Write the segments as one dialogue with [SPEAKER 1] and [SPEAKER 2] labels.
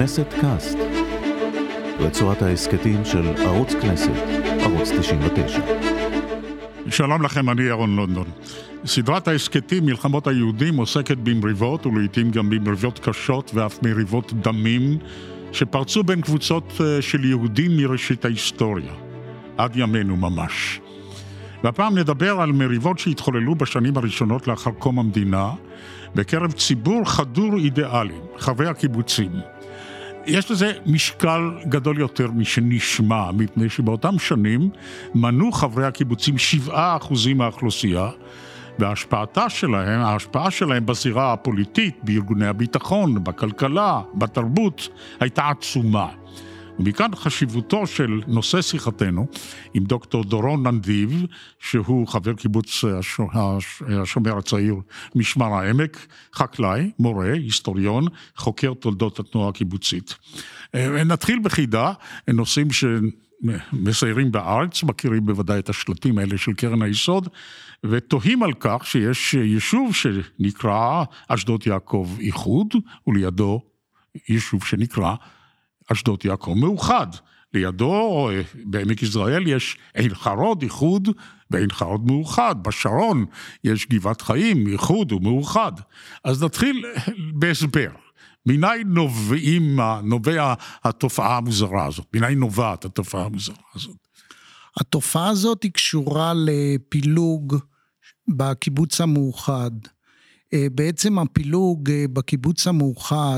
[SPEAKER 1] כנסת קאסט, רצועת העסקתים של ערוץ כנסת, ערוץ 99.
[SPEAKER 2] שלום לכם, אני ירון לונדון. סדרת העסקתים מלחמות היהודים עוסקת במריבות ולעיתים גם במריבות קשות ואף מריבות דמים שפרצו בין קבוצות של יהודים מראשית ההיסטוריה, עד ימינו ממש. והפעם נדבר על מריבות שהתחוללו בשנים הראשונות לאחר קום המדינה בקרב ציבור חדור אידיאלים, חברי הקיבוצים. יש לזה משקל גדול יותר משנשמע, מפני שבאותם שנים מנו חברי הקיבוצים 7% מהאוכלוסייה, וההשפעה שלהם בזירה הפוליטית, בארגוני הביטחון, בכלכלה, בתרבות, הייתה עצומה. ומכאן חשיבותו של נושא שיחתנו עם דוקטור דורון ננדיב, שהוא חבר קיבוץ השומר הצעיר משמר העמק, חקלאי, מורה, היסטוריון, חוקר תולדות התנועה הקיבוצית. נתחיל בחידה, נושאים שמסיירים בארץ, מכירים בוודאי את השלטים האלה של קרן היסוד, ותוהים על כך שיש יישוב שנקרא אשדות יעקב איחוד, ולידו יישוב שנקרא אשדות יעקב מאוחד. לידו, בעמק יזרעאל, יש עין חרוד, איחוד, ועין חרוד מאוחד. בשרון יש גבעת חיים, איחוד ומאוחד. אז נתחיל בהסבר. מניין נובע התופעה המוזרה הזאת? מניין נובעת התופעה המוזרה הזאת?
[SPEAKER 3] התופעה הזאת היא קשורה לפילוג בקיבוץ המאוחד. בעצם הפילוג בקיבוץ המאוחד,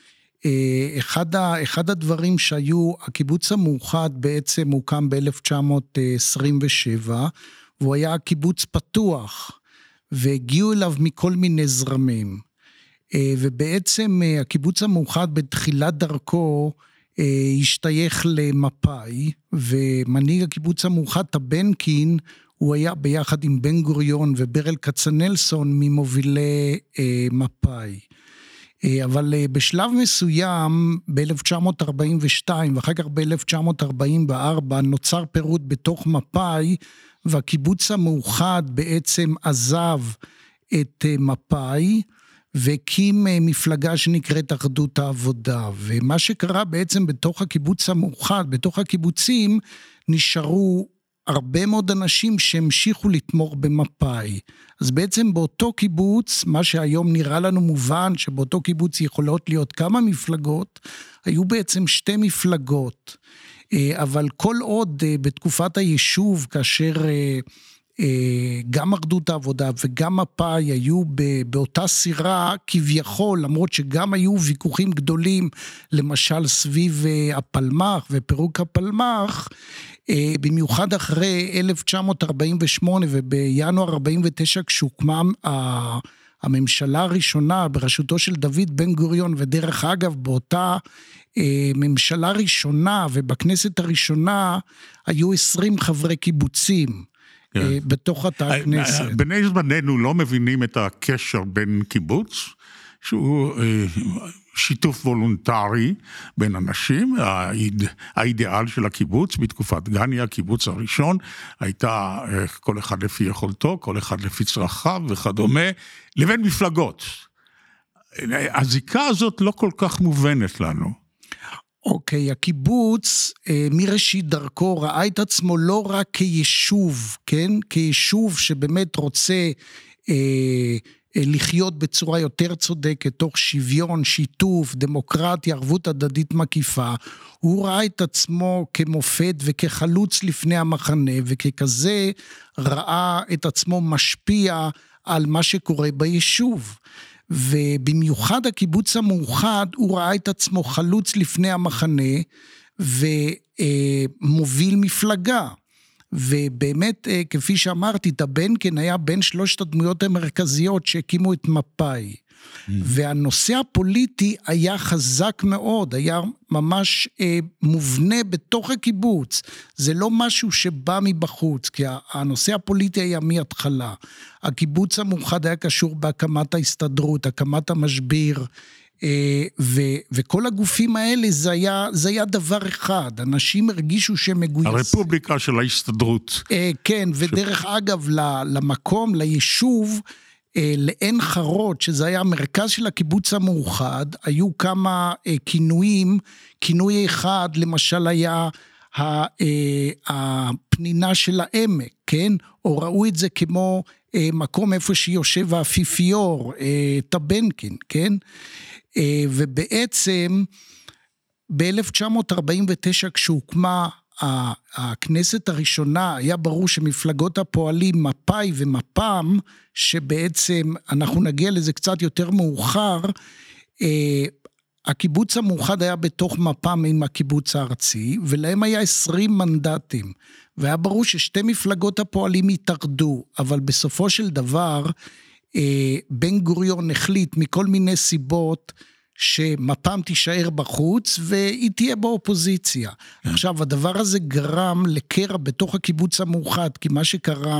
[SPEAKER 3] אחד הדברים שהיו, הקיבוץ המאוחד בעצם הוקם ב-1927, והוא היה קיבוץ פתוח, והגיעו אליו מכל מיני זרמים, ובעצם הקיבוץ המאוחד בתחילת דרכו, השתייך למפאי, ומנהיג הקיבוץ המאוחד, טבנקין, הוא היה ביחד עם בן גוריון וברל כצנלסון ממובילי מפאי. אבל בשלב מסוים, ב-1942 ואחר כך ב-1944, נוצר פירוד בתוך מפאי, והקיבוץ המאוחד בעצם עזב את מפאי, והקים מפלגה שנקראת אחדות העבודה. ומה שקרה בעצם בתוך הקיבוץ המאוחד, בתוך הקיבוצים, נשארו הרבה מאוד אנשים שהמשיכו לתמוך במפאי. אז בעצם באותו קיבוץ, מה שהיום נראה לנו מובן, שבאותו קיבוץ יכולות להיות כמה מפלגות, היו בעצם 2 מפלגות. אבל כל עוד בתקופת היישוב, כאשר גם אחדות העבודה וגם מפאי היו באותה סירה כביכול, למרות שגם היו ויכוחים גדולים, למשל סביב הפלמ"ח ופירוק הפלמ"ח, במיוחד אחרי 1948 ובינואר 49 כשהוקמה הממשלה הראשונה בראשותו של דוד בן גוריון, ודרך אגב באותה ממשלה ראשונה ובכנסת הראשונה היו 20 חברי קיבוצים בתוך אותה הכנסת.
[SPEAKER 2] בני זמננו לא מבינים את הקשר בין קיבוץ, שהוא שיתוף וולונטרי בין אנשים. האידיאל של הקיבוץ בתקופת גני, הקיבוץ הראשון, הייתה כל אחד לפי יכולתו, כל אחד לפי צרכיו וכדומה, לבין מפלגות. הזיקה הזאת לא כל כך מובנת לנו.
[SPEAKER 3] אוקיי, הקיבוץ מראשית דרכו ראה את עצמו לא רק כיישוב, כן? כיישוב שבאמת רוצה לחיות בצורה יותר צודקת, תוך שוויון, שיתוף, דמוקרטיה, ערבות הדדית מקיפה. הוא ראה את עצמו כמופת וכחלוץ לפני המחנה, וככזה ראה את עצמו משפיע על מה שקורה ביישוב. ובמיוחד הקיבוץ המאוחד, הוא ראה את עצמו חלוץ לפני המחנה, ומוביל מפלגה. ובאמת, כפי שאמרתי, טבנקין היה בין 3 הדמויות המרכזיות שהקימו את מפאי. והנושא הפוליטי היה חזק מאוד, היה ממש מובנה בתוך הקיבוץ. זה לא משהו שבא מבחוץ, כי הנושא הפוליטי היה מההתחלה. הקיבוץ המאוחד היה קשור בהקמת ההסתדרות, הקמת המשביר, וכל הגופים האלה זה היה דבר אחד, אנשים הרגישו שהם מגויסים.
[SPEAKER 2] הרפובליקה של ההסתדרות.
[SPEAKER 3] כן, ודרך אגב למקום, ליישוב, לעין חרוד, שזה היה המרכז של הקיבוץ המאוחד, היו כמה כינויים, כינוי אחד למשל היה הפנינה של העמק, כן? או ראו את זה כמו מקום איפה שיושב האפיפיור, טבנקין, כן? ובעצם ב-1949 כשהוקמה הכנסת הראשונה, היה ברור שמפלגות הפועלים, מפא"י ומפ"ם, שבעצם אנחנו נגיע לזה קצת יותר מאוחר, הקיבוץ המאוחד היה בתוך מפ"ם עם הקיבוץ הארצי, ולהם היה 20 מנדטים, והיה ברור ששתי מפלגות הפועלים התאחדו, אבל בסופו של דבר, בן גוריון החליט מכל מיני סיבות, שמפ"ם תישאר בחוץ, והיא תהיה באופוזיציה. עכשיו, הדבר הזה גרם לקרע בתוך הקיבוץ המאוחד, כי מה שקרה,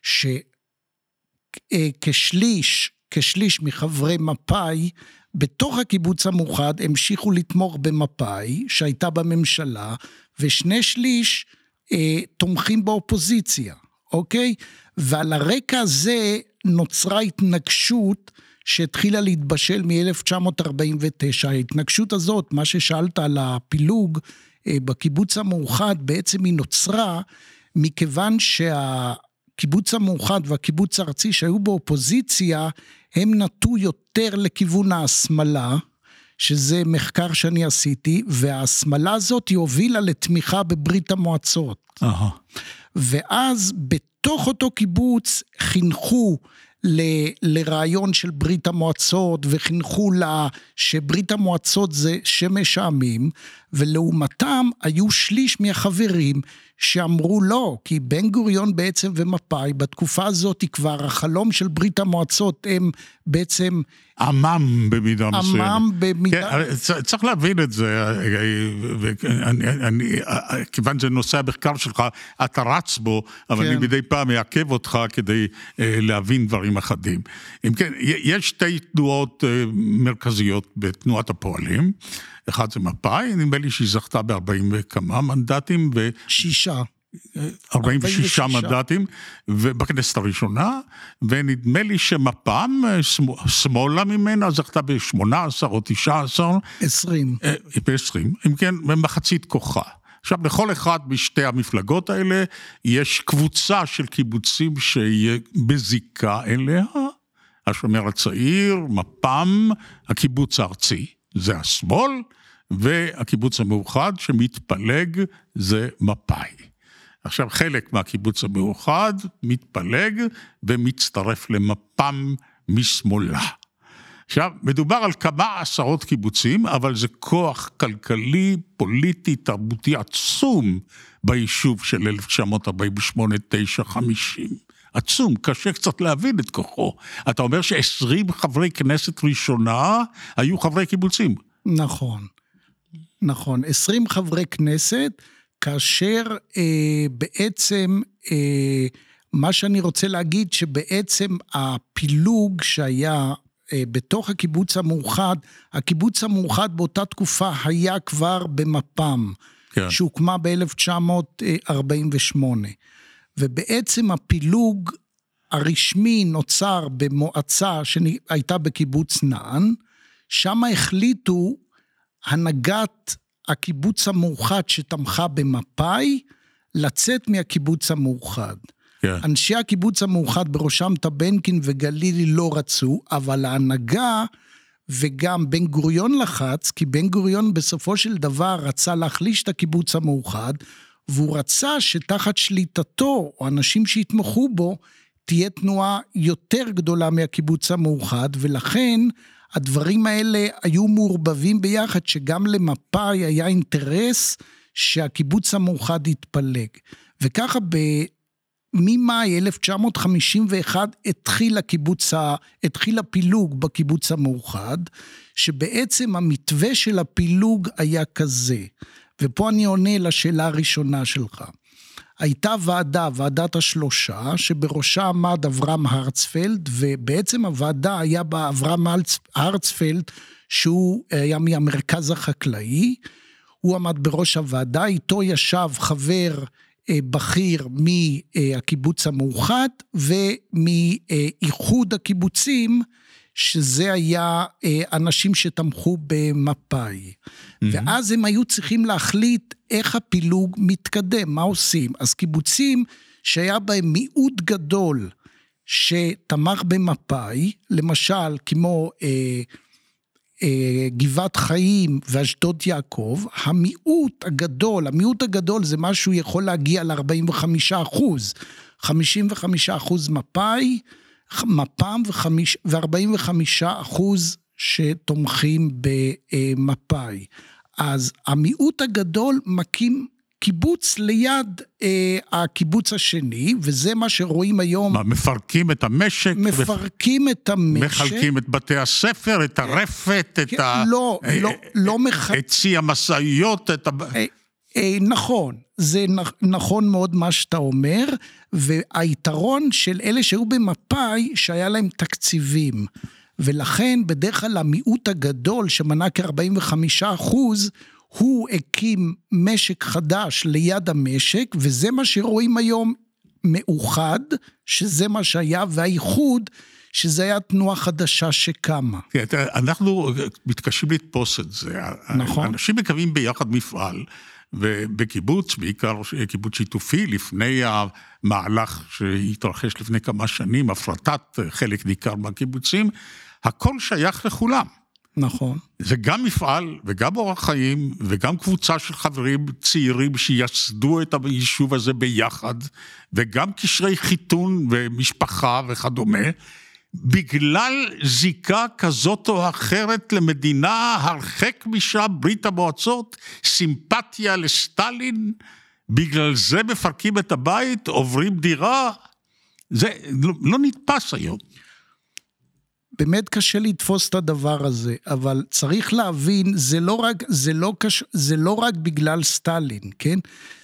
[SPEAKER 3] כשליש מחברי מפא"י, בתוך הקיבוץ המאוחד, המשיכו לתמוך במפא"י, שהייתה בממשלה, ושני שליש תומכים באופוזיציה, אוקיי? ועל הרקע הזה נוצרה התנגשות, שהתחילה להתבשל מ-1949, ההתנגשות הזאת, מה ששאלת על הפילוג בקיבוץ המאוחד, בעצם היא נוצרה, מכיוון שהקיבוץ המאוחד והקיבוץ הארצי שהיו באופוזיציה, הם נטו יותר לכיוון ההשמלה, שזה מחקר שאני עשיתי, וההשמלה הזאת היא הובילה לתמיכה בברית המועצות. ואז בתוך אותו קיבוץ חינכו, לרעיון של ברית המועצות, וחינכו לה שברית המועצות זה שמש העמים, ולעומתם היו שליש מהחברים שאמרו לא, כי בן גוריון בעצם ומפא"י, בתקופה הזאת כבר החלום של ברית המועצות הם בעצם
[SPEAKER 2] עמם במידה מסוימת.
[SPEAKER 3] עמם במידה...
[SPEAKER 2] כן, צריך להבין את זה, כיוון זה נושא המחקר שלך, אתה רץ בו, אבל
[SPEAKER 3] כן.
[SPEAKER 2] אני מדי פעם אעכב אותך כדי להבין דברים אחדים. אם כן, יש שתי תנועות מרכזיות בתנועת הפועלים, אחד זה מפא"י, נדמה לי שהיא זכתה ב-40 וכמה מנדטים, 46 מנדטים, ובכנסת הראשונה, ונדמה לי שמפ"ם, שמאלה ממנה, זכתה ב-18 או 19.
[SPEAKER 3] 20.
[SPEAKER 2] ב-20, אם כן, במחצית כוחה. עכשיו, לכל אחד משתי המפלגות האלה, יש קבוצה של קיבוצים שיהיה בזיקה אליה, השומר הצעיר, מפ"ם, הקיבוץ הארצי, זה השמאל, והקיבוץ המאוחד שמתפלג זה מפא"י. עכשיו חלק מהקיבוץ המאוחד מתפלג ומצטרף למפ"ם משמאלה. עכשיו מדובר על כמה עשרות קיבוצים, אבל זה כוח כלכלי, פוליטי, תרבותי עצום ביישוב של 1948, 9, 50. עצום, קשה קצת להבין את כוחו. אתה אומר ש20 חברי כנסת ראשונה היו חברי קיבוצים.
[SPEAKER 3] נכון, נכון. 20 חברי כנסת, כאשר בעצם מה שאני רוצה להגיד שבעצם הפילוג שהיה בתוך הקיבוץ המאוחד באותה תקופה היה כבר במפ"ם, כן. שהוקמה ב-1948, ובעצם הפילוג הרשמי נוצר במועצה שהייתה בקיבוץ נען, שם החליטו הנהגת הקיבוץ המאוחד שתמכה במפא"י, לצאת מהקיבוץ המאוחד. כן. אנשי הקיבוץ המאוחד בראשם טבנקין וגלילי לא רצו, אבל ההנהגה וגם בן גוריון לחץ, כי בן גוריון בסופו של דבר רצה להחליש את הקיבוץ המאוחד, והוא רצה שתחת שליטתו, או אנשים שיתמכו בו, תהיה תנועה יותר גדולה מהקיבוץ המאוחד, ולכן הדברים האלה היו מעורבבים ביחד, שגם למפא"י היה אינטרס שהקיבוץ המאוחד יתפלג. וככה ממאי 1951 התחיל הפילוג בקיבוץ המאוחד, שבעצם המתווה של הפילוג היה כזה. ופה אני עונה לשאלה הראשונה שלך. הייתה ועדת השלושה, שבראשה עמד אברהם הרצפלד, ובעצם הוועדה היה בה אברהם הרצפלד, שהוא היה מהמרכז החקלאי, הוא עמד בראש הוועדה, איתו ישב חבר בכיר מהקיבוץ המאוחד ומאיחוד הקיבוצים, שזה היה אנשים שתמכו במפא"י. ואז הם היו צריכים להחליט איך הפילוג מתקדם, מה עושים. אז קיבוצים שהיה בהם מיעוט גדול שתמך במפא"י, למשל כמו גבעת חיים ואשדוד יעקב, המיעוט הגדול זה משהו יכול להגיע ל-45%, 55% מפא"י, מפ"ם ו-45% שתומכים במפא"י. אז המיעוט הגדול מקים קיבוץ ליד הקיבוץ השני, וזה מה שרואים היום.
[SPEAKER 2] מה, מפרקים את המשק?
[SPEAKER 3] מפרקים את המשק.
[SPEAKER 2] מחלקים את בתי הספר, את הרפת, את את צי המשאיות,
[SPEAKER 3] נכון, זה נכון מאוד מה שאתה אומר, והיתרון של אלה שהיו במפא"י, שהיה להם תקציבים, ולכן בדרך כלל המיעוט הגדול שמנה כ-45%, הוא הקים משק חדש ליד המשק, וזה מה שרואים היום מאוחד, שזה מה שהיה, והאיחוד, שזה היה תנועה חדשה שקמה.
[SPEAKER 2] אנחנו מתקשים לתפוס את זה.
[SPEAKER 3] נכון.
[SPEAKER 2] אנשים מקווים ביחד מפעל, ובקיבוץ, בעיקר קיבוץ שיתופי, לפני המהלך שהתרחש לפני כמה שנים, הפרטת חלק ניכר מהקיבוצים, הכל שייך לכולם.
[SPEAKER 3] נכון.
[SPEAKER 2] זה גם מפעל וגם אורח חיים וגם קבוצה של חברים צעירים שיסדו את היישוב הזה ביחד, וגם קשרי חיתון ומשפחה וכדומה, בגלל זיקה כזאת או אחרת למדינה הרחק משם, ברית המועצות, סימפתיה לסטלין, בגלל זה מפרקים את הבית, עוברים דירה, זה לא נתפס היום.
[SPEAKER 3] באמת קשה לתפוס את הדבר הזה, אבל צריך להבין, זה לא רק בגלל סטלין, כן?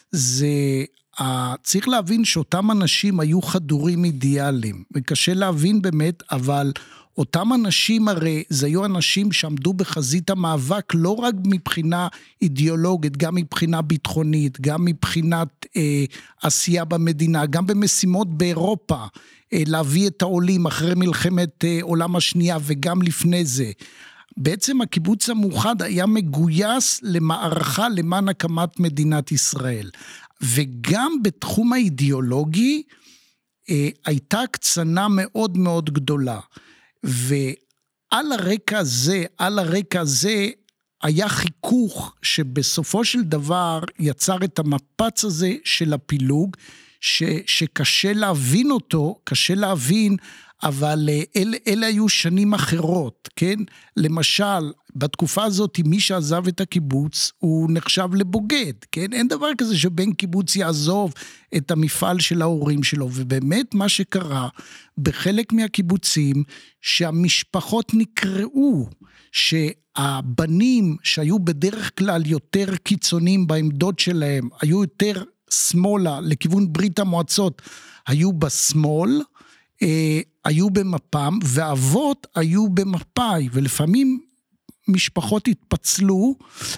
[SPEAKER 3] צריך להבין שאותם אנשים היו חדורים אידיאליים, וקשה להבין באמת, אבל אותם אנשים הרי, זה היו אנשים שעמדו בחזית המאבק, לא רק מבחינה אידיאולוגית, גם מבחינה ביטחונית, גם מבחינת עשייה במדינה, גם במשימות באירופה, להביא את העולים אחרי מלחמת עולם השנייה, וגם לפני זה. בעצם הקיבוץ המאוחד היה מגויס למערכה למען הקמת מדינת ישראל. וגם בתחום האידיאולוגי, הייתה קצנה מאוד מאוד גדולה. ועל הרקע הזה, היה חיכוך שבסופו של דבר יצר את המפץ הזה של הפילוג, שקשה להבין אותו, אבל אלה היו שנים אחרות, כן? למשל, בתקופה הזאת, מי שעזב את הקיבוץ, הוא נחשב לבוגד, כן? אין דבר כזה שבן קיבוץ יעזוב את המפעל של ההורים שלו, ובאמת מה שקרה בחלק מהקיבוצים, שהמשפחות נקראו, שהבנים שהיו בדרך כלל יותר קיצוניים בעמדות שלהם, היו יותר שמאלה, לכיוון ברית המועצות, היו בשמאל, היו במפ"ם, ואבות היו במפא"י, ולפעמים משפחות התפצלו,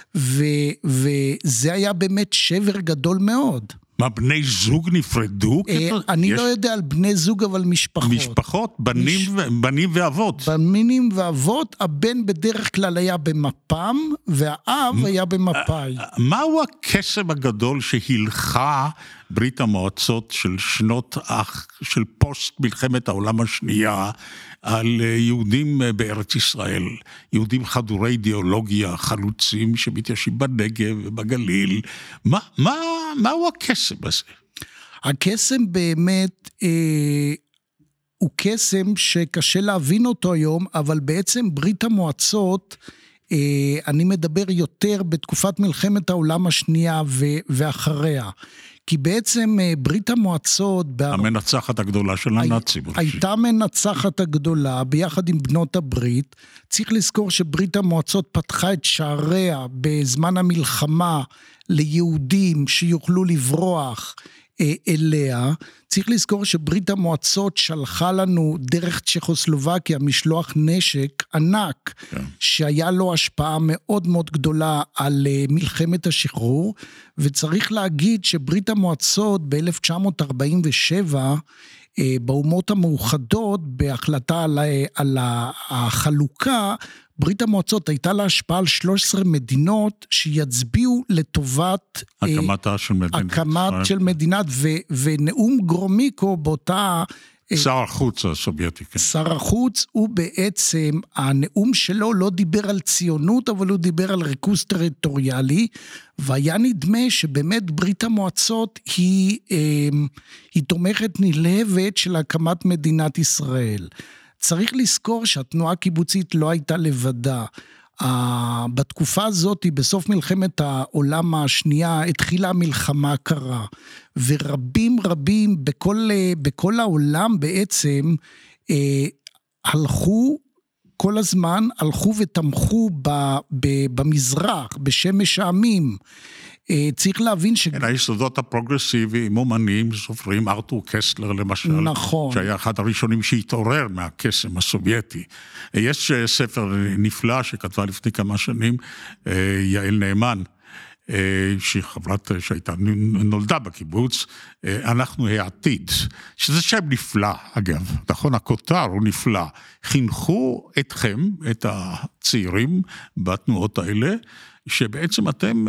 [SPEAKER 3] וזה היה באמת שבר גדול מאוד.
[SPEAKER 2] מה, בני זוג נפרדו?
[SPEAKER 3] אני לא יודע על בני זוג, אבל משפחות.
[SPEAKER 2] משפחות, בנים ואבות.
[SPEAKER 3] בנים ואבות, הבן בדרך כלל היה במפ"ם, והאב היה במפא"י.
[SPEAKER 2] מהו הקסם הגדול שהלכה ברית המועצות של פוסט מלחמת העולם השנייה, על יהודים בארץ ישראל, יהודים חדורי אידיאולוגיה, חלוצים שמתיישבים בנגב ובגליל, מהו הקסם הזה?
[SPEAKER 3] הקסם באמת הוא קסם שקשה להבין אותו היום, אבל בעצם ברית המועצות, אני מדבר יותר בתקופת מלחמת העולם השנייה ואחריה, כי בעצם ברית המועצות...
[SPEAKER 2] המנצחת הגדולה של הנאצים.
[SPEAKER 3] הייתה מנצחת הגדולה ביחד עם בנות הברית. צריך לזכור שברית המועצות פתחה את שעריה בזמן המלחמה ליהודים שיוכלו לברוח אליה. צריך לזכור שברית המועצות שלחה לנו דרך צ'כוסלובקיה משלוח נשק ענק, שהיה לו השפעה מאוד מאוד גדולה על מלחמת השחרור, וצריך להגיד שברית המועצות ב-1947, באומות המאוחדות, בהחלטה על החלוקה, ברית המועצות הייתה לה השפעה על 13 מדינות שיצביעו לטובת הקמת של מדינת, ונאום גרומיקו באותה...
[SPEAKER 2] שר החוץ הסובייטי.
[SPEAKER 3] שר החוץ הוא בעצם, הנאום שלו לא דיבר על ציונות, אבל הוא דיבר על ריכוז טריטוריאלי, והיה נדמה שבאמת ברית המועצות היא תומכת נלהבת של הקמת מדינת ישראל. צריך לזכור שהתנועה הקיבוצית לא הייתה לבדה. בתקופה הזאת, בסוף מלחמת העולם השנייה, התחילה מלחמה קרה, ורבים בכל העולם בעצם כל הזמן הלכו ותמכו במזרח, בשמש העמים. צריך להבין
[SPEAKER 2] היסודות הפרוגרסיביים, אומנים, סופרים, ארתור קסלר למשל,
[SPEAKER 3] נכון.
[SPEAKER 2] שהיה אחד הראשונים שהתעורר מהקסם הסובייטי. יש ספר נפלא שכתבה לפני כמה שנים, יעל נאמן, שהייתה נולדה בקיבוץ, אנחנו העתיד, שזה שם נפלא, אגב, נכון, הכותר הוא נפלא, חינכו אתכם, את הצעירים בתנועות האלה, שבעצם אתם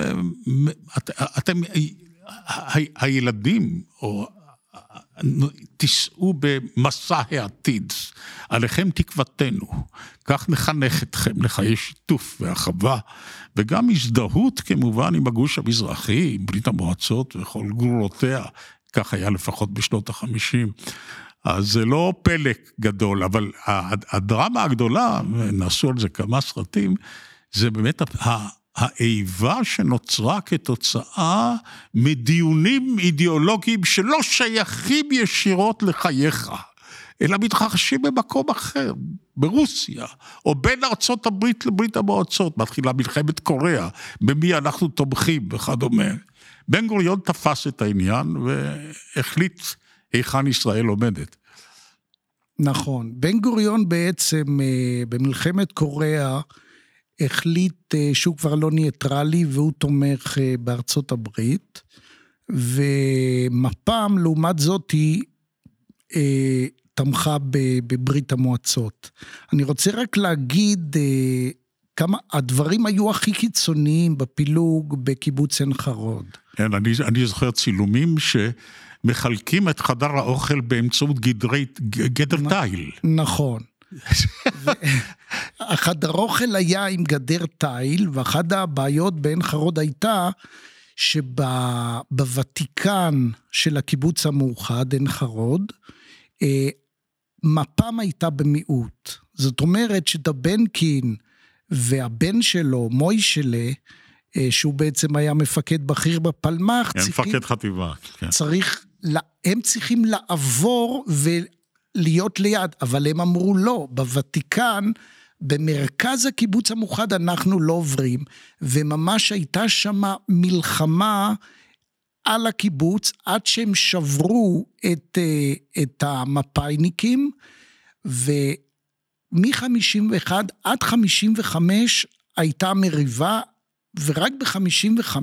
[SPEAKER 2] הילדים, או תיסעו במסע העתיד, עליכם תקוותנו, כך נחנך אתכם לחיי שיתוף ואחווה, וגם הזדהות כמובן עם הגוש המזרחי, עם ברית המועצות וכל גרורותיה, כך היה לפחות בשנות ה-50, אז זה לא פלא גדול, אבל הדרמה הגדולה, נעשו על זה כמה סרטים, זה באמת האיבה שנוצרה כתוצאה מדיונים אידיאולוגיים שלא שייכים ישירות לחייך, אלא מתרחשים במקום אחר, ברוסיה, או בין ארצות הברית לברית המועצות, מתחילה מלחמת קוריאה, במי אנחנו תומכים וכדומה. בן גוריון תפס את העניין והחליט היכן ישראל עומדת.
[SPEAKER 3] נכון, בן גוריון בעצם במלחמת קוריאה, החליט שהוא כבר לא ניטרלי, והוא תומך בארצות הברית, ומפ"ם לעומת זאת היא תמכה בברית המועצות. אני רוצה רק להגיד כמה הדברים היו הכי קיצוניים בפילוג בקיבוץ עין חרוד.
[SPEAKER 2] כן, אני זוכר צילומים שמחלקים את חדר האוכל באמצעות גדר תיל. נכון.
[SPEAKER 3] החדר אוכל היה עם גדר תיל, ואחת הבעיות בעין חרוד הייתה שבוותיקן של הקיבוץ המאוחד, עין חרוד, מפ"ם הייתה במיעוט. זאת אומרת שדבנקין והבן שלו, מוישלה, שהוא בעצם היה מפקד בכיר בפלמ"ח,
[SPEAKER 2] מפקד חטיבה.
[SPEAKER 3] הם צריכים לעבור להיות ליד, אבל הם אמרו לא, בוותיקן, במרכז הקיבוץ המאוחד אנחנו לא עוברים, וממש הייתה שם מלחמה על הקיבוץ, עד שהם שברו את המפאיניקים, ומ-51 עד 55 הייתה מריבה, ורק ב-55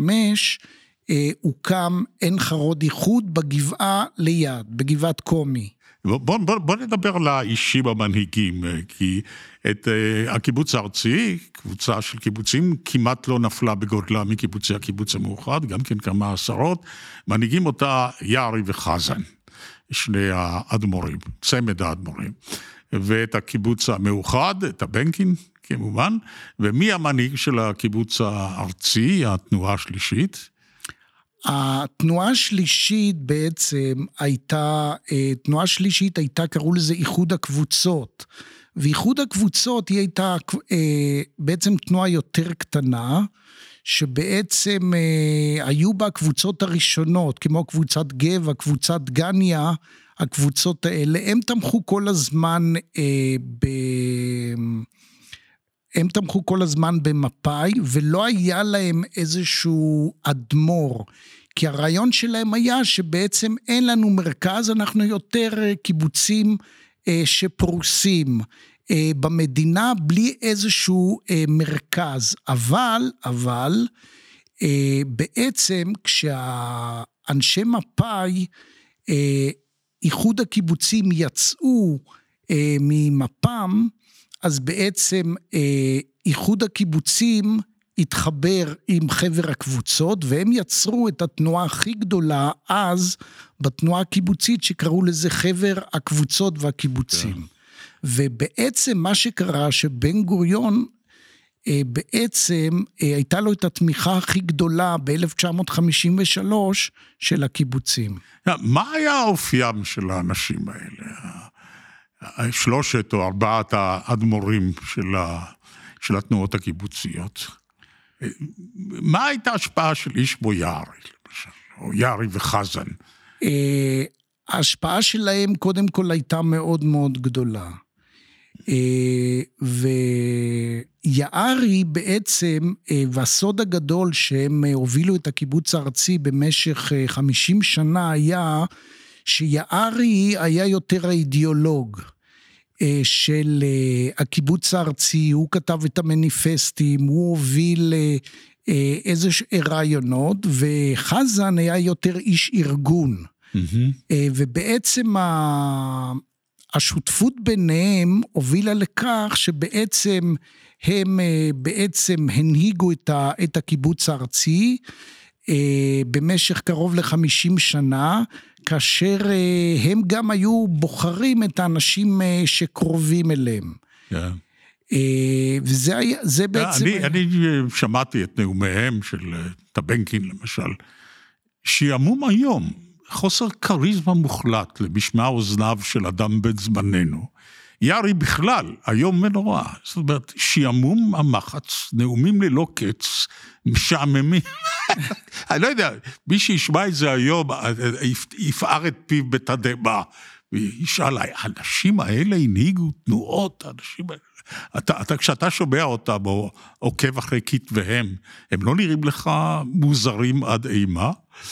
[SPEAKER 3] הוקם עין חרוד איחוד בגבעה ליד, בגבעת קומי.
[SPEAKER 2] בוא נדבר על האישים המנהיגים, כי את הקיבוץ הארצי, קבוצה של קיבוצים, כמעט לא נפלה בגודלה מקיבוצי הקיבוץ המאוחד, גם כן כמה עשרות, מנהיגים אותה יערי וחזן, שני האדמו"רים, צמד האדמו"רים, ואת הקיבוץ המאוחד, את הבנקין כמובן, ומי המנהיג של הקיבוץ הארצי, התנועה השלישית?
[SPEAKER 3] התנועה השלישית בעצם הייתה, קראו לזה איחוד הקבוצות, ואיחוד הקבוצות היא הייתה בעצם תנועה יותר קטנה, שבעצם היו בה הקבוצות הראשונות, כמו קבוצת גבע, קבוצת גניה, הקבוצות האלה, הם תמכו כל הזמן במפאי, ולא היה להם איזשהו אדמו"ר, כי הרעיון שלהם היה שבעצם אין לנו מרכז, אנחנו יותר קיבוצים שפרוסים במדינה בלי איזשהו מרכז, אבל בעצם כשאנשי מפא"י, איחוד הקיבוצים יצאו ממפ"ם, אז בעצם איחוד הקיבוצים התחבר עם חבר הקבוצות, והם יצרו את התנועה הכי גדולה אז, בתנועה הקיבוצית שקראו לזה חבר הקבוצות והקיבוצים. ובעצם מה שקרה שבן גוריון, בעצם הייתה לו את התמיכה הכי גדולה ב-1953 של הקיבוצים.
[SPEAKER 2] מה היה האופיים של האנשים האלה? 3 או 4 האדמו"רים של התנועות הקיבוציות? מה הייתה ההשפעה של איש כמו יערי, למשל, או יערי וחזן?
[SPEAKER 3] ההשפעה שלהם קודם כל הייתה מאוד מאוד גדולה. ויערי בעצם, והסוד הגדול שהם הובילו את הקיבוץ הארצי במשך 50 שנה היה, שיערי היה יותר האידיאולוג של הקיבוץ הארצי, הוא כתב את המניפסטים, הוא הוביל איזה רעיונות, וחזן היה יותר איש ארגון. ובעצם השותפות ביניהם הובילה לכך שבעצם הם בעצם הנהיגו את הקיבוץ הארצי במשך קרוב ל-50 שנה, כאשר הם גם היו בוחרים את האנשים שקרובים אליהם. וזה בעצם...
[SPEAKER 2] אני שמעתי את נאומיהם של טבנקין למשל, שיעמום היום, חוסר קריזמה מוחלט למשמע אוזניו של אדם בן זמננו. יערי בכלל, היום מנורא. זאת אומרת, שיעמום המחץ, נאומים ללא קץ, משעממים. אני לא יודע, מי שישמע את זה היום, יפער את פיו בתדהמה, וישאל, האנשים האלה הנהיגו תנועות, האנשים האלה. כשאתה שומע אותם, או עוקב אחרי כתביהם, הם לא נראים לך מוזרים עד אימה?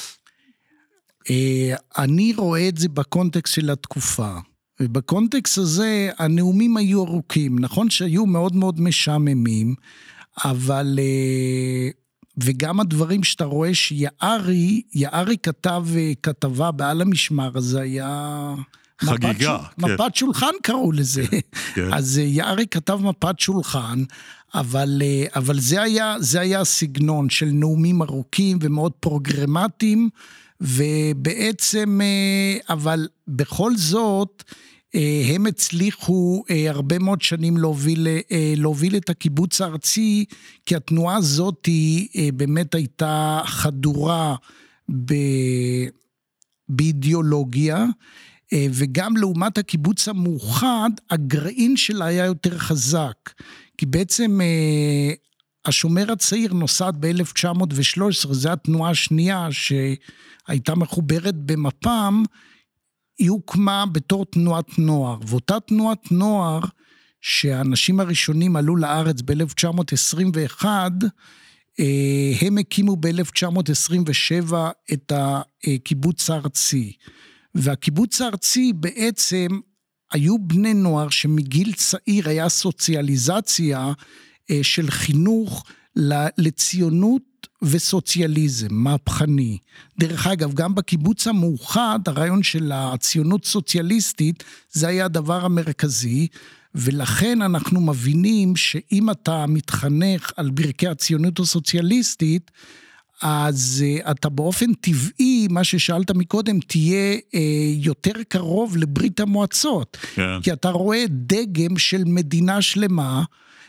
[SPEAKER 3] אני רואה את זה בקונטקסט של התקופה, ובקונטקסט הזה הנאומים היו ארוכים, נכון שהיו מאוד מאוד משעממים, אבל וגם הדברים שאתה רואה שיערי כתב כתבה בעל המשמר, הזה היה
[SPEAKER 2] חגיגה,
[SPEAKER 3] מפת שולחן קראו לזה, אז יערי כתב מפת שולחן, אבל זה היה סגנון של נאומים ארוכים ומאוד פרוגרמטיים, ובעצם, אבל בכל זאת, הם הצליחו הרבה מאוד שנים להוביל את הקיבוץ הארצי, כי התנועה הזאת באמת הייתה חדורה באידיאולוגיה, וגם לעומת הקיבוץ המאוחד, הגרעין שלה היה יותר חזק, כי בעצם השומר הצעיר נוסד ב-1913, זו התנועה השנייה שהייתה מחוברת במפ"ם, היא הוקמה בתור תנועת נוער, ואותה תנועת נוער שהאנשים הראשונים עלו לארץ ב-1921, הם הקימו ב-1927 את הקיבוץ הארצי, והקיבוץ הארצי בעצם היו בני נוער שמגיל צעיר היה סוציאליזציה של חינוך לציונות וסוציאליזם, מהפכני. דרך אגב, גם בקיבוץ המאוחד, הרעיון של הציונות סוציאליסטית, זה היה הדבר המרכזי, ולכן אנחנו מבינים שאם אתה מתחנך על ברכי הציונות הסוציאליסטית, אז אתה באופן טבעי, מה ששאלת מקודם, תהיה יותר קרוב לברית המועצות. כן. כי אתה רואה דגם של מדינה שלמה,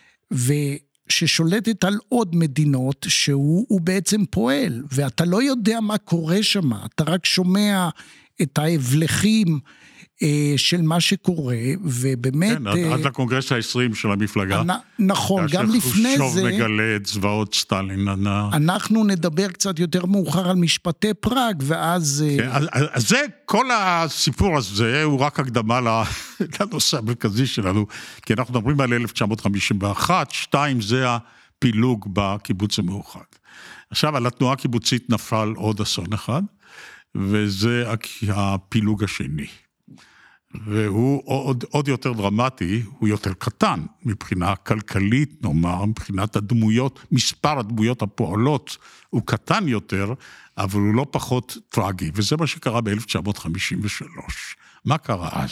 [SPEAKER 3] ששולטת על עוד מדינות, שהוא בעצם פועל, ואתה לא יודע מה קורה שם, אתה רק שומע את ההבלחים של מה שקורה, ובאמת...
[SPEAKER 2] כן, עד לקונגרס ה-20 של המפלגה.
[SPEAKER 3] נכון, גם לפני זה...
[SPEAKER 2] חושוב מגלה את זוועות סטלין.
[SPEAKER 3] אנחנו נדבר קצת יותר מאוחר על משפטי פראג, ואז...
[SPEAKER 2] כן, אז זה, כל הסיפור הזה, הוא רק הקדמה לנושא המרכזי שלנו, כי אנחנו מדברים על 1951, 2 זה הפילוג בקיבוץ המאוחד. עכשיו, על התנועה הקיבוצית נפל עוד אסון אחד, וזה הפילוג השני. והוא עוד יותר דרמטי, הוא יותר קטן, מבחינה כלכלית, נאמר, מבחינת הדמויות, מספר הדמויות הפועלות, הוא קטן יותר, אבל הוא לא פחות טרגי, וזה מה שקרה ב-1953. מה קרה אז?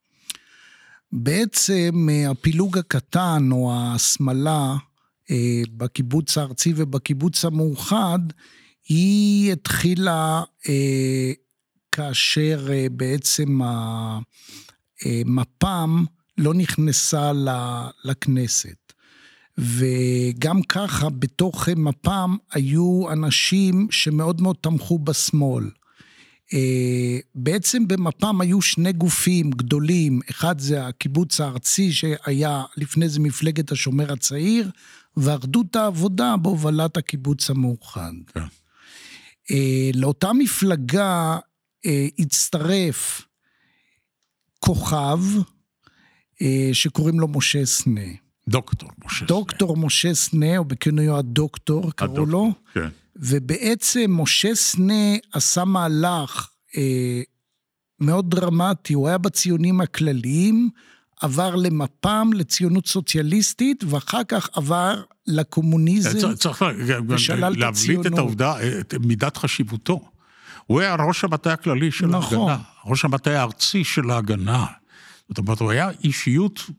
[SPEAKER 3] בעצם הפילוג הקטן, או ההסמלה, בקיבוץ הארצי ובקיבוץ המאוחד, היא התחילה כאשר בעצם המפ"ם לא נכנסה לכנסת. וגם ככה בתוך מפ"ם היו אנשים שמאוד מאוד תמכו בשמאל. בעצם במפ"ם היו שני גופים גדולים, אחד זה הקיבוץ הארצי שהיה לפני זה מפלגת השומר הצעיר, ואחדות העבודה בהובלת הקיבוץ המאוחד.
[SPEAKER 2] כן.
[SPEAKER 3] לאותה מפלגה הצטרף כוכב שקוראים לו משה סנה. דוקטור משה סנה, או בכינויו הדוקטור קראו לו.
[SPEAKER 2] כן.
[SPEAKER 3] ובעצם משה סנה עשה מהלך מאוד דרמטי, הוא היה בציונים הכלליים, עבר למפ"ם, לציונות סוציאליסטית, ואחר כך עבר לקומוניזם,
[SPEAKER 2] צריך להבליט
[SPEAKER 3] הציונות.
[SPEAKER 2] את העובדה, את מידת חשיבותו. הוא היה ראש המטה הכללי של
[SPEAKER 3] נכון.
[SPEAKER 2] ההגנה, ראש המטה הארצי של ההגנה. זאת אומרת, הוא היה אישיות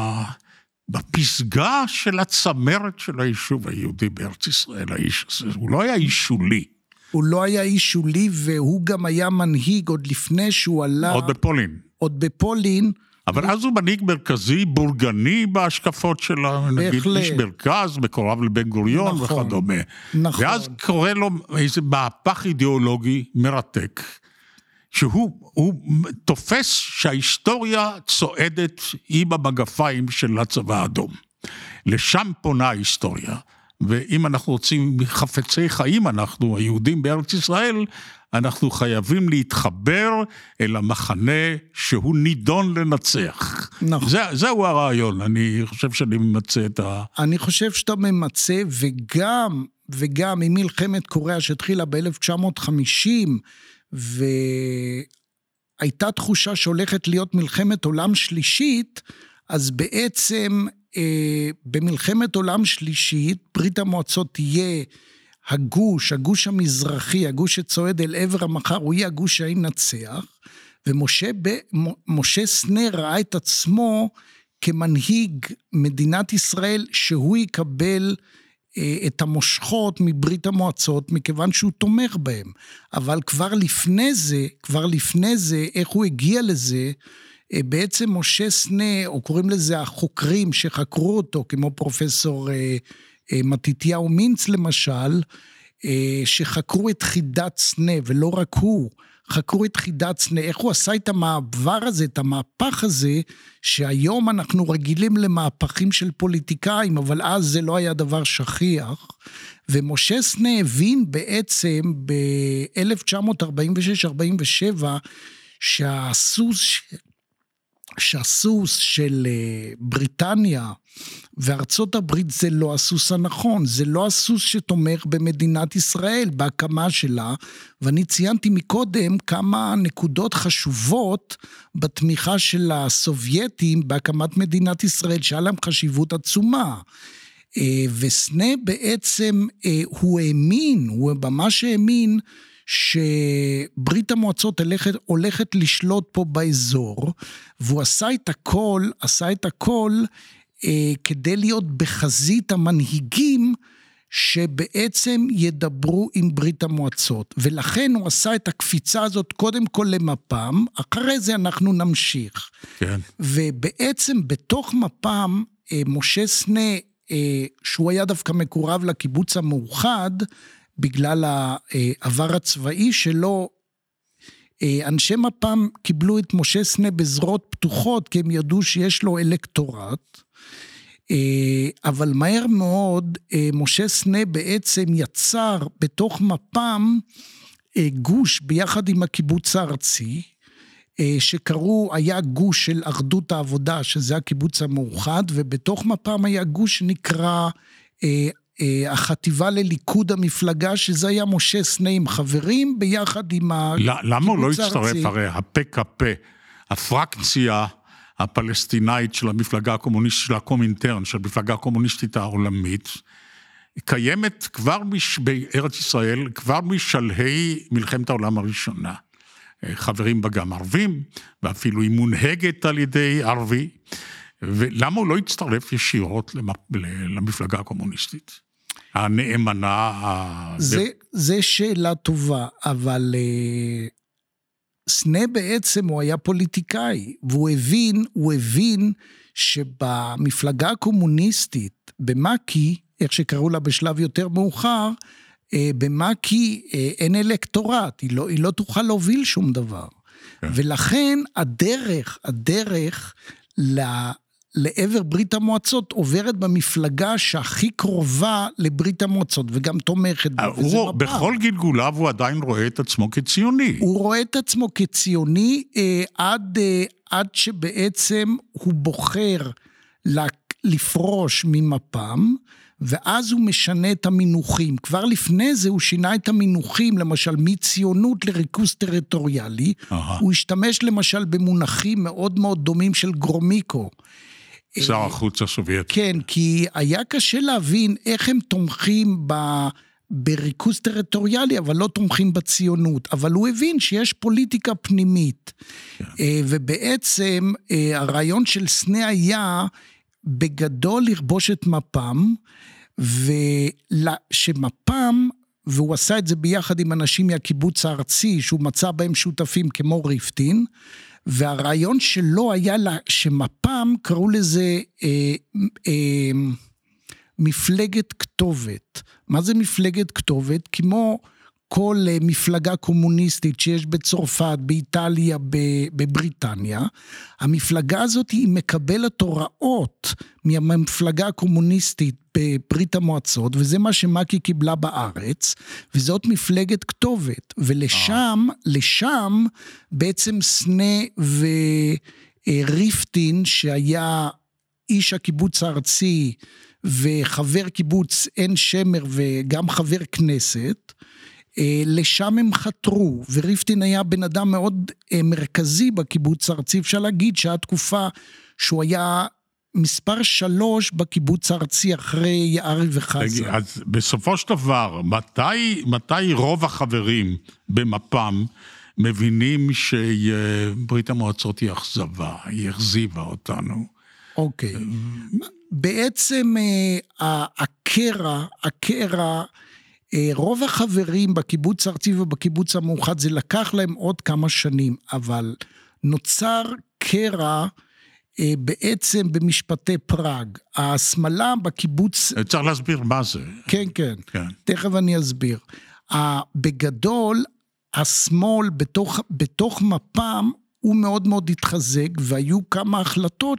[SPEAKER 2] בפסגה של הצמרת של היישוב היהודי בארץ ישראל, האיש הזה. הוא לא היה איש שולי.
[SPEAKER 3] הוא לא היה איש שולי, והוא גם היה מנהיג עוד לפני שהוא עלה. עוד בפולין.
[SPEAKER 2] אבל אז הוא מנהיג מרכזי, בורגני בהשקפות שלה, נגיד איש מרכז, מקורב לבן גוריון וכדומה.
[SPEAKER 3] נכון.
[SPEAKER 2] ואז קורא לו איזה מהפך אידיאולוגי מרתק, שהוא תופס שההיסטוריה צועדת עם המגפיים של הצבא האדום. לשם פונה ההיסטוריה. ואם אנחנו רוצים חפצי חיים, אנחנו היהודים בארץ ישראל, אנחנו חייבים להתחבר אל המחנה שהוא נידון לנצח.
[SPEAKER 3] נכון.
[SPEAKER 2] זהו הרעיון, אני חושב שאני ממצא את
[SPEAKER 3] אני חושב שאתה ממצא, וגם עם מלחמת קוריאה שהתחילה ב-1950, והייתה תחושה שהולכת להיות מלחמת עולם שלישית, אז בעצם במלחמת עולם שלישית, ברית המועצות תהיה הגוש המזרחי, הגוש שצועד אל עבר המחר, הוא יהיה הגוש שינצח, ומשה סנה ראה את עצמו כמנהיג מדינת ישראל, שהוא יקבל את המושכות מברית המועצות, מכיוון שהוא תומך בהם. אבל כבר לפני זה, איך הוא הגיע לזה, בעצם משה סנה, או קוראים לזה החוקרים שחקרו אותו, כמו פרופסור מתתיהו מינץ למשל, שחקרו את חידת סנה, ולא רק הוא, חקרו את חידת סנה, איך הוא עשה את המעבר הזה, את המהפך הזה, שהיום אנחנו רגילים למהפכים של פוליטיקאים, אבל אז זה לא היה דבר שכיח, ומשה סנה הבין בעצם ב-1946-47, שהסוס של בריטניה וארצות הברית זה לא הסוס הנכון, זה לא הסוס שתומך במדינת ישראל, בהקמה שלה, ואני ציינתי מקודם כמה נקודות חשובות בתמיכה של הסובייטים בהקמת מדינת ישראל, שהיה להם חשיבות עצומה, וסנה בעצם הוא ממש האמין, שברית המועצות הולכת לשלוט פה באזור, והוא עשה את הכל כדי להיות בחזית המנהיגים שבעצם ידברו עם ברית המועצות, ולכן הוא עשה את הקפיצה הזאת קודם כל למפ"ם, אחרי זה אנחנו נמשיך. כן. ובעצם בתוך מפ"ם, משה סנה, שהוא היה דווקא מקורב לקיבוץ המאוחד, בגלל העבר הצבאי שלו, אנשי מפ"ם קיבלו את משה סנה בזרועות פתוחות, כי הם ידעו שיש לו אלקטורט, אבל מהר מאוד משה סנה בעצם יצר בתוך מפ"ם גוש ביחד עם הקיבוץ הארצי, היה גוש של אחדות העבודה, שזה הקיבוץ המאוחד, ובתוך מפ"ם היה גוש שנקרא החטיבה לליכוד המפלגה, שזה היה משה סנה עם חברים, ביחד עם
[SPEAKER 2] למה הוא לא הצטרף? הרי ה-PKP, הפרקציה הפלסטינאית של המפלגה הקומוניסטית, של הקומינטרן, של המפלגה הקומוניסטית העולמית, קיימת כבר בארץ ישראל, כבר משלהי מלחמת העולם הראשונה. חברים בה גם ערבים, ואפילו היא מונהגת על ידי ערבי, ולמה הוא לא הצטרף ישירות למפלגה הקומוניסטית? הנאמנה...
[SPEAKER 3] זה שאלה טובה, אבל סנה בעצם הוא היה פוליטיקאי, והוא הבין שבמפלגה הקומוניסטית, במקי, איך שקראו לה בשלב יותר מאוחר, במקי אין אלקטורט, היא לא תוכל להוביל שום דבר. ולכן הדרך לעבר ברית המועצות עוברת במפלגה שהכי קרובה לברית המועצות, וגם תומכת.
[SPEAKER 2] בכל גלגוליו הוא עדיין רואה את עצמו כציוני.
[SPEAKER 3] הוא רואה את עצמו כציוני עד שבעצם הוא בוחר לפרוש ממפ"ם, ואז הוא משנה את המינוחים. כבר לפני זה הוא שינה את המינוחים, למשל מציונות לריכוז טריטוריאלי, הוא השתמש למשל במונחים מאוד מאוד דומים של גרומיקו.
[SPEAKER 2] שר החוץ הסובייטי.
[SPEAKER 3] כן, כי היה קשה להבין איך הם תומכים בריכוז טריטוריאלי, אבל לא תומכים בציונות. אבל הוא הבין שיש פוליטיקה פנימית. ובעצם הרעיון של סנה היה בגדול לכבוש את מפ"ם, ושמפ"ם, והוא עשה את זה ביחד עם אנשים מהקיבוץ הארצי, שהוא מצא בהם שותפים כמו ריפטין, והרעיון שלו היה שמפ"ם קראו לזה מפלגת כתובת. מה זה מפלגת כתובת? כמו כל מפלגה קומוניסטית שיש בצרפת, באיטליה, בבריטניה, המפלגה הזאת היא מקבלת הוראות מהמפלגה הקומוניסטית בברית המועצות, וזה מה שמקי קיבלה בארץ, וזאת מפלגת כתובת, ולשם בעצם סנה וריפטין, שהיה איש הקיבוץ הארצי, וחבר קיבוץ עין שמר, וגם חבר כנסת, לשם הם חתרו, וריפטין היה בן אדם מאוד מרכזי בקיבוץ הארצי, אפשר להגיד שהיה תקופה שהוא היה מספר 3 בקיבוץ הארצי אחרי יערי וחזה.
[SPEAKER 2] אז בסופו של דבר, מתי רוב החברים במפ"ם מבינים שברית המועצות היא אכזבה, היא החזיבה אותנו?
[SPEAKER 3] אוקיי. בעצם הקרע, רוב החברים בקיבוץ הארצי ובקיבוץ המאוחד, זה לקח להם עוד כמה שנים, אבל נוצר קרע בעצם במשפטי פראג. השמאלה בקיבוץ...
[SPEAKER 2] צריך להסביר מה זה.
[SPEAKER 3] כן. תכף אני אסביר. בגדול, השמאל בתוך מפ"ם הוא מאוד מאוד התחזק, והיו כמה החלטות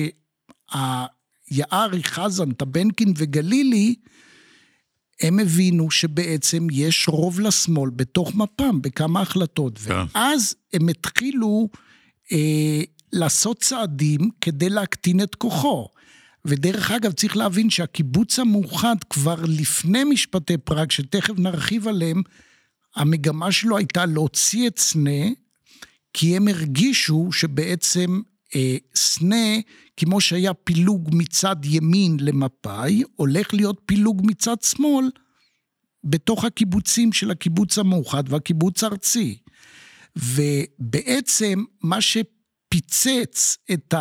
[SPEAKER 3] שיערי, חזן, טבנקין וגלילי, הם הבינו שבעצם יש רוב לשמאל בתוך מפ"ם, בכמה החלטות, ואז הם התחילו לעשות צעדים כדי להקטין את כוחו, ודרך אגב צריך להבין שהקיבוץ המאוחד כבר לפני משפטי פראג, שתכף נרחיב עליהם, המגמה שלו הייתה להוציא את סנה, כי הם הרגישו שבעצם סנה, כמו שהיה פילוג מצד ימין למפאי, הולך להיות פילוג מצד שמאל, בתוך הקיבוצים של הקיבוץ המאוחד והקיבוץ הארצי. ובעצם מה שפיצץ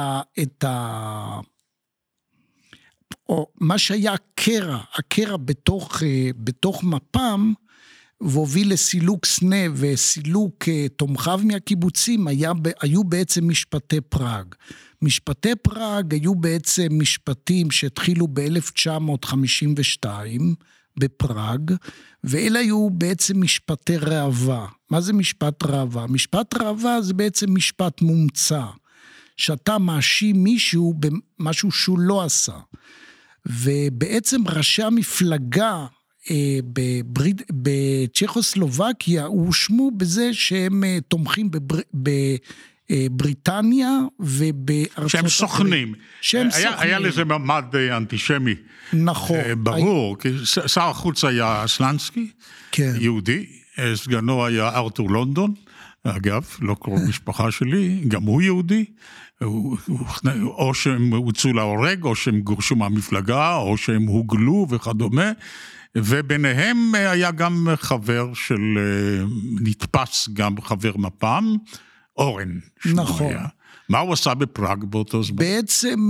[SPEAKER 3] או מה שהיה הקרע בתוך מפ"ם, והוביל לסילוק סנה וסילוק תומכיו מהקיבוצים, היו בעצם משפטי פראג. משפטי פראג היו בעצם משפטים שהתחילו ב-1952 בפראג, ואלה היו בעצם משפטי ראווה. מה זה משפט ראווה? משפט ראווה זה בעצם משפט מומצא, שאתה מאשים מישהו במשהו שהוא לא עשה. ובעצם ראשי המפלגה, בצ'כוסלובקיה הושמו בזה שהם תומכים בבריטניה ובארצות הברית.
[SPEAKER 2] שהם סוכנים. היה לזה ממד אנטישמי.
[SPEAKER 3] נכון.
[SPEAKER 2] ברור, כי שר החוץ היה סלנסקי, יהודי, סגנו היה ארתור לונדון, אגב, לא קרוב משפחה שלי, גם הוא יהודי, או שהם הוצאו להורג, או שהם גורשו מהמפלגה, או שהם הוגלו וכדומה, וביניהם היה גם חבר של, נתפס גם חבר מפ"ם, אורן.
[SPEAKER 3] נכון.
[SPEAKER 2] מה הוא עשה בפראג באותו זמן?
[SPEAKER 3] בעצם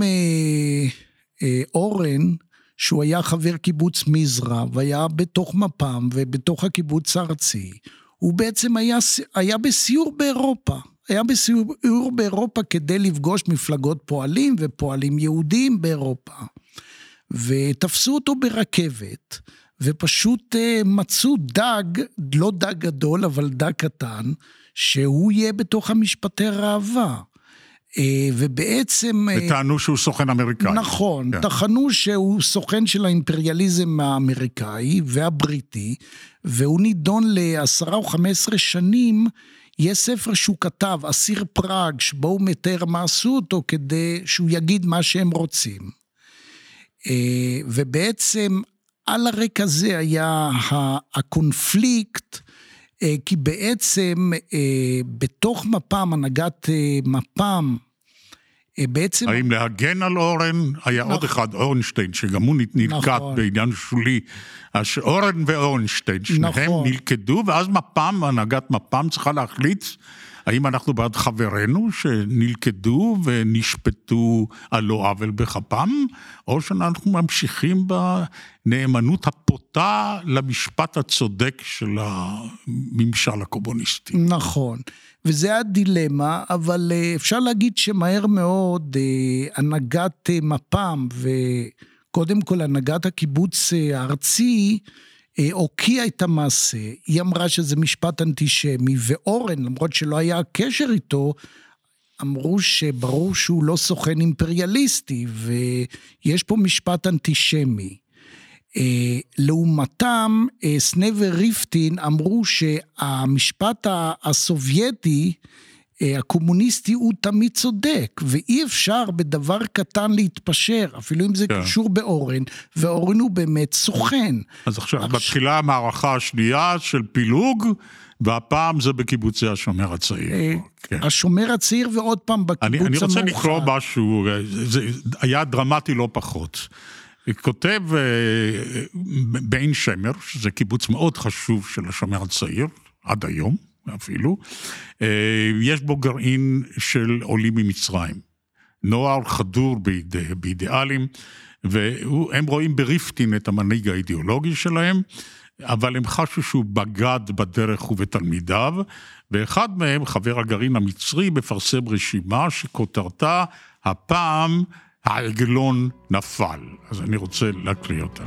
[SPEAKER 3] אורן, שהוא היה חבר קיבוץ מזרע, והיה בתוך מפ"ם ובתוך הקיבוץ הארצי, הוא בעצם היה בסיור באירופה. היה בסיור באירופה כדי לפגוש מפלגות פועלים ופועלים יהודים באירופה. ותפסו אותו ברכבת, ופשוט מצאו דג, לא דג גדול, אבל דג קטן, שהוא יהיה בתוך המשפטי ראווה. ובעצם...
[SPEAKER 2] וטענו שהוא סוכן אמריקאי.
[SPEAKER 3] נכון, טענו שהוא סוכן של האימפריאליזם האמריקאי והבריטי, והוא נידון ל10 או 15 שנים, יש ספר שהוא כתב, אסיר פראג, שבו הוא מתאר מה עשו אותו, כדי שהוא יגיד מה שהם רוצים. ובעצם על הרקע הזה היה הקונפליקט, כי בעצם בתוך מפ"ם, הנהגת מפ"ם, בעצם...
[SPEAKER 2] האם להגן על אורן? היה עוד אחד, אורנשטיין, שגם הוא נלקט בעניין שולי. אורן ואורנשטיין, שניהם נלכדו, ואז מפ"ם, הנהגת מפ"ם צריכה להחליט, האם אנחנו בעד חברינו שנלכדו ונשפטו על לא עוול בכפם, או שאנחנו ממשיכים בנאמנות הפותה למשפט הצודק של הממשל הקומוניסטי.
[SPEAKER 3] נכון, וזה הדילמה, אבל אפשר להגיד שמהר מאוד הנהגת מפ"ם וקודם כל הנהגת הקיבוץ הארצי, הוקיע את המעשה, היא אמרה שזה משפט אנטישמי, ואורן, למרות שלא היה קשר איתו, אמרו שברור שהוא לא סוכן אימפריאליסטי, ויש פה משפט אנטישמי. לעומתם, סנה וריפטין אמרו שהמשפט הסובייטי, הקומוניסטי הוא תמיד צודק, ואי אפשר בדבר קטן להתפשר, אפילו אם זה קשור באורן, ואורן הוא באמת סוכן.
[SPEAKER 2] אז עכשיו מתחילה המערכה השנייה של פילוג, והפעם זה בקיבוצי השומר הצעיר.
[SPEAKER 3] השומר הצעיר ועוד פעם בקיבוץ המאוחד.
[SPEAKER 2] אני רוצה לקרוא משהו, זה היה דרמטי לא פחות. כותב בעין שמר, שזה קיבוץ מאוד חשוב של השומר הצעיר, עד היום, אפילו, יש בו גרעין של עולים ממצרים, נוער חדור באידיאלים, והם רואים בריפטין את המנהיג האידיאולוגי שלהם, אבל הם חשו שהוא בגד בדרך ובתלמידיו, ואחד מהם, חבר הגרעין המצרי, מפרסם רשימה שכותרתה, הפעם העגלון נפל. אז אני רוצה להקריא אותה.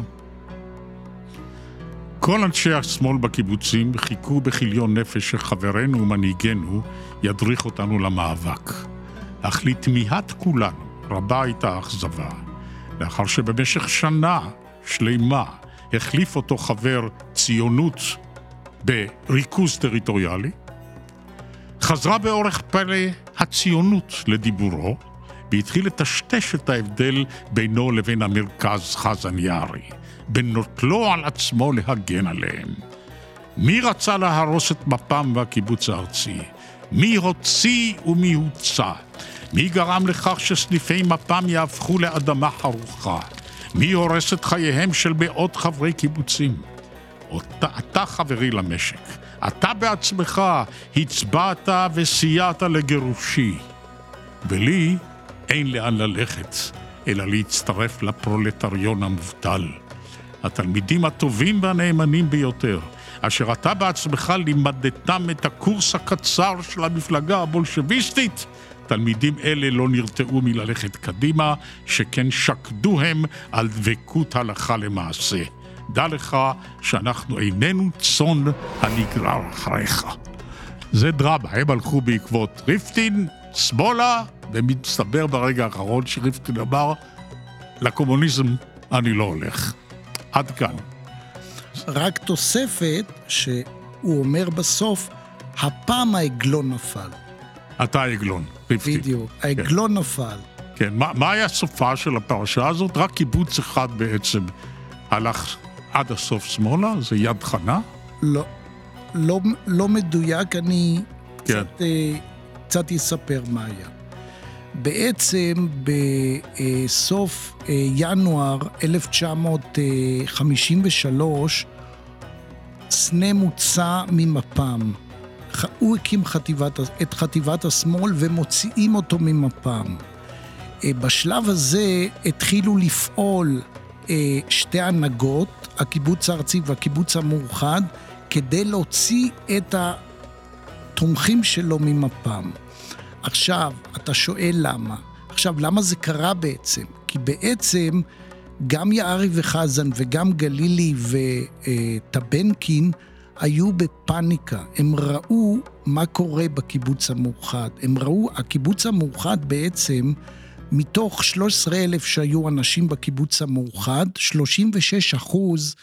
[SPEAKER 2] כל אנשי השמאל בקיבוצים חיכו בכיליון נפש שחברנו ומנהיגנו ידריך אותנו למאבק. אך לתמיהת כולנו רבה הייתה האכזבה, לאחר שבמשך שנה שלמה החליף אותו חבר ציונות בריכוז טריטוריאלי, חזרה באורך פלא הציונות לדיבורו, והתחיל לטשטש את ההבדל בינו לבין המרכז חזן יערי, בנוטלו על עצמו להגן עליהם. מי רצה להרוס את מפ"ם והקיבוץ הארצי? מי הוציא ומי הוצא? מי גרם לכך שסניפי מפ"ם יהפכו לאדמה חרוכה? מי הורס את חייהם של מאות חברי קיבוצים? אתה חברי למשק, אתה בעצמך הצבעת וסייעת לגירושי, ולי אין לאן ללכת, אלא להצטרף לפרולטריון המובטל. התלמידים הטובים והנאמנים ביותר, אשר אתה בעצמך לימדתם את הקורס הקצר של המפלגה הבולשביסטית, תלמידים אלה לא נרתעו מללכת קדימה, שכן שקדו הם על דבקות הלכה למעשה. דע לך שאנחנו איננו צאן הנגרר אחריך. זה דרמה, הם הלכו בעקבות ריפטין, שמאלה, ומסתבר ברגע האחרון שריפטין אמר, לקומוניזם אני לא הולך. עד כאן.
[SPEAKER 3] רק תוספת שהוא אומר בסוף, הפעם העגלון נפל.
[SPEAKER 2] אתה העגלון, ריפטין.
[SPEAKER 3] בדיוק, העגלון נפל.
[SPEAKER 2] כן, מה היה סופה של הפרשה הזאת? רק קיבוץ אחד בעצם הלך עד הסוף שמאלה, זה יד חנה?
[SPEAKER 3] לא מדויק, אני
[SPEAKER 2] כן.
[SPEAKER 3] קצת אספר מה היה. בעצם בסוף ינואר 1953, סנה מוצא ממפ"ם. הוא הקים את חטיבת השמאל ומוציאים אותו ממפ"ם. בשלב הזה התחילו לפעול שתי הנהגות, הקיבוץ הארצי והקיבוץ המאוחד, כדי להוציא את התומכים שלו ממפ"ם. עכשיו, אתה שואל למה. עכשיו, למה זה קרה בעצם? כי בעצם גם יערי וחזן וגם גלילי וטבנקין היו בפניקה. הם ראו מה קורה בקיבוץ המאוחד. הם ראו, הקיבוץ המאוחד בעצם, מתוך 13,000 שהיו אנשים בקיבוץ המאוחד, 36%,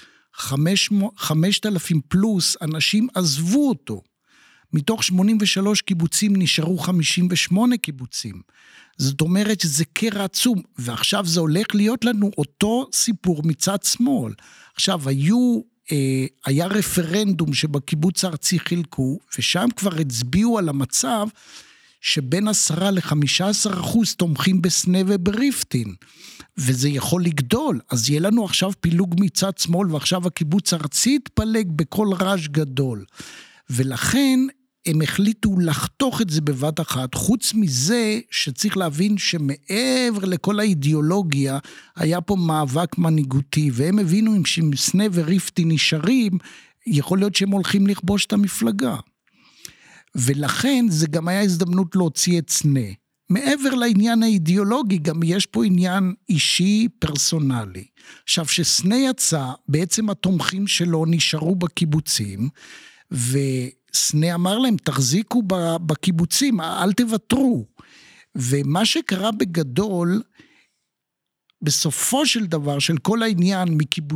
[SPEAKER 3] 5,000 פלוס אנשים עזבו אותו. מתוך 83 קיבוצים נשארו 58 קיבוצים. זאת אומרת שזה קרע עצום, ועכשיו זה הולך להיות לנו אותו סיפור מצד שמאל. עכשיו היה רפרנדום שבקיבוץ הארצי חילקו, ושם כבר הצביעו על המצב שבין 10 ל-15% תומכים בסנה ובריפטין, וזה יכול לגדול, אז יהיה לנו עכשיו פילוג מצד שמאל, ועכשיו הקיבוץ הארצי יתפלג בכל רעש גדול, ולכן הם החליטו לחתוך את זה בבת אחת, חוץ מזה שצריך להבין שמעבר לכל האידיאולוגיה, היה פה מאבק מנהיגותי, והם הבינו אם סנה וריפטין נשארים, יכול להיות שהם הולכים לכבוש את המפלגה. ולכן זה גם היה הזדמנות להוציא את סנה. מעבר לעניין האידיאולוגי, גם יש פה עניין אישי פרסונלי. עכשיו, שסנה יצא, בעצם התומכים שלו נשארו בקיבוצים, וסנה אמר להם, תחזיקו בקיבוצים, אל תוותרו. ומה שקרה בגדול, בסופו של דבר, של כל העניין,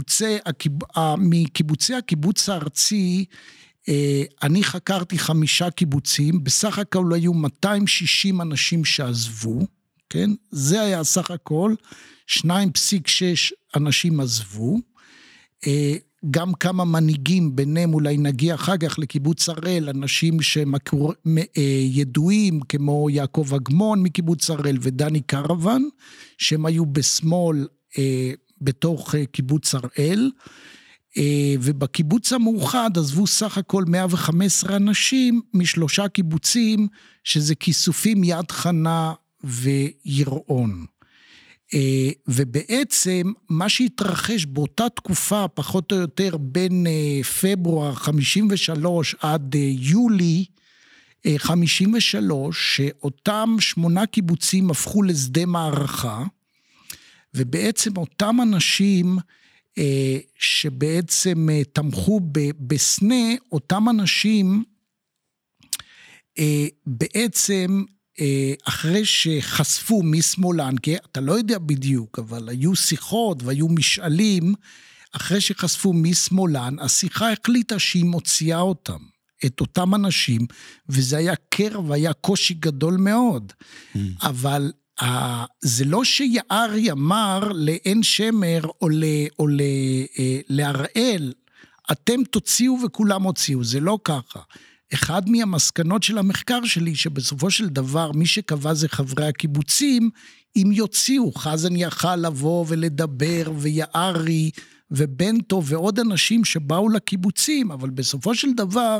[SPEAKER 3] מקיבוצי הקיבוץ הארצי, אני חקרתי 5 קיבוצים, בסך הכל היו 260 אנשים שעזבו, כן? זה היה סך הכל, 2.6 אנשים עזבו, גם כמה מנהיגים, ביניהם אולי נגיע אחר כך לקיבוץ הראל, אנשים ידועים כמו יעקב אגמון מקיבוץ הראל ודני קרוון, שהם היו בשמאל בתוך קיבוץ הראל, ובקיבוץ המאוחד עזבו סך הכל 115 אנשים מ3 קיבוצים, שזה כיסופים יד חנה וירעון. ובעצם מה שהתרחש באותה תקופה, פחות או יותר בין פברואר 53 עד יולי 53, שאותם 8 קיבוצים הפכו לשדה מערכה, ובעצם אותם אנשים שבעצם תמכו בסנה, אותם אנשים בעצם אחרי שחשפו משמאלן, כי אתה לא יודע בדיוק, אבל היו שיחות והיו משאלים, אחרי שחשפו משמאלן, השיחה החליטה שהיא מוציאה אותם, את אותם אנשים, וזה היה קר והיה קושי גדול מאוד, אבל זה לא שיערי אמר לעין שמר או להראל, אתם תוציאו וכולם הוציאו, זה לא ככה. אחד מהמסקנות של המחקר שלי, שבסופו של דבר מי שקבע זה חברי הקיבוצים, אם יוציאו, חזן יכל לבוא ולדבר, ויערי ובנטו ועוד אנשים שבאו לקיבוצים, אבל בסופו של דבר,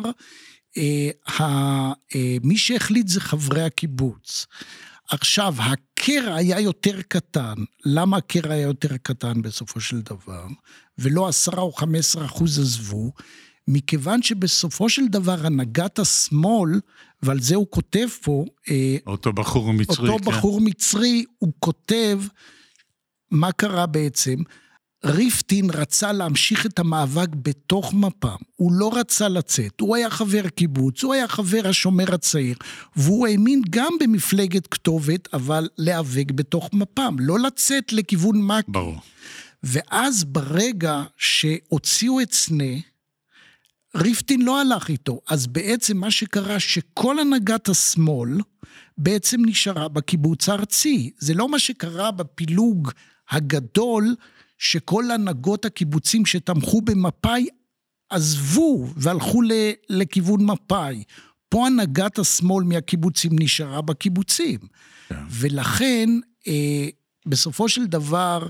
[SPEAKER 3] מי שהחליט זה חברי הקיבוץ. עכשיו, הקרע היה יותר קטן. למה הקרע היה יותר קטן בסופו של דבר? ולא 10 או 15% עזבו, מכיוון שבסופו של דבר הנהגת השמאל, ועל זה הוא כותב פה,
[SPEAKER 2] אותו בחור מצרי,
[SPEAKER 3] אותו בחור מצרי, הוא כותב מה קרה בעצם, ריפטין רצה להמשיך את המאבק בתוך מפ"ם, הוא לא רצה לצאת, הוא היה חבר קיבוץ, הוא היה חבר השומר הצעיר, והוא האמין גם במפלגת כתובת, אבל להיאבק בתוך מפ"ם, לא לצאת לכיוון מקי.
[SPEAKER 2] ברור.
[SPEAKER 3] ואז ברגע שהוציאו את סנה, ריפטין לא הלך איתו, אז בעצם מה שקרה שכל הנהגת השמאל בעצם נשארה בקיבוץ הארצי. זה לא מה שקרה בפילוג הגדול, שכל הנהגות הקיבוצים שתמכו במפאי עזבו והלכו לכיוון מפאי. פה הנהגת השמאל מהקיבוצים נשארה בקיבוצים. Yeah. ולכן בסופו של דבר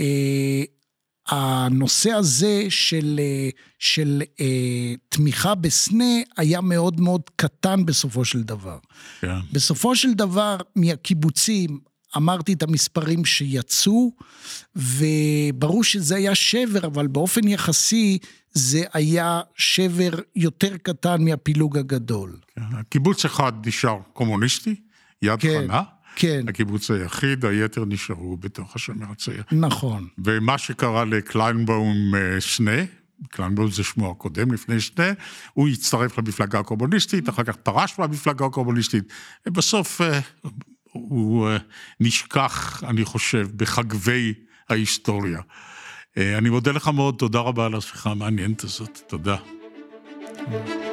[SPEAKER 3] הנושא הזה של תמיכה בסנה היה מאוד מאוד קטן בסופו של דבר. Yeah. בסופו של דבר מהקיבוצים אמרתי את המספרים שיצאו, וברור שזה היה שבר, אבל באופן יחסי זה היה שבר יותר קטן מהפילוג הגדול.
[SPEAKER 2] כן, הקיבוץ אחד נשאר קומוניסטי, יד
[SPEAKER 3] כן,
[SPEAKER 2] חנה,
[SPEAKER 3] כן.
[SPEAKER 2] הקיבוץ היחיד, היתר נשארו בתוך השומר הצעיר.
[SPEAKER 3] נכון.
[SPEAKER 2] ומה שקרה לקליינבאום סנה, קליינבאום זה שמו הקודם לפני סנה, הוא הצטרף למפלגה הקומוניסטית, אחר כך פרש מהמפלגה הקומוניסטית, ובסוף הוא נשכח, אני חושב, בחגבי ההיסטוריה. אני מודה לך מאוד, תודה רבה על השיחה המעניינת הזאת, תודה.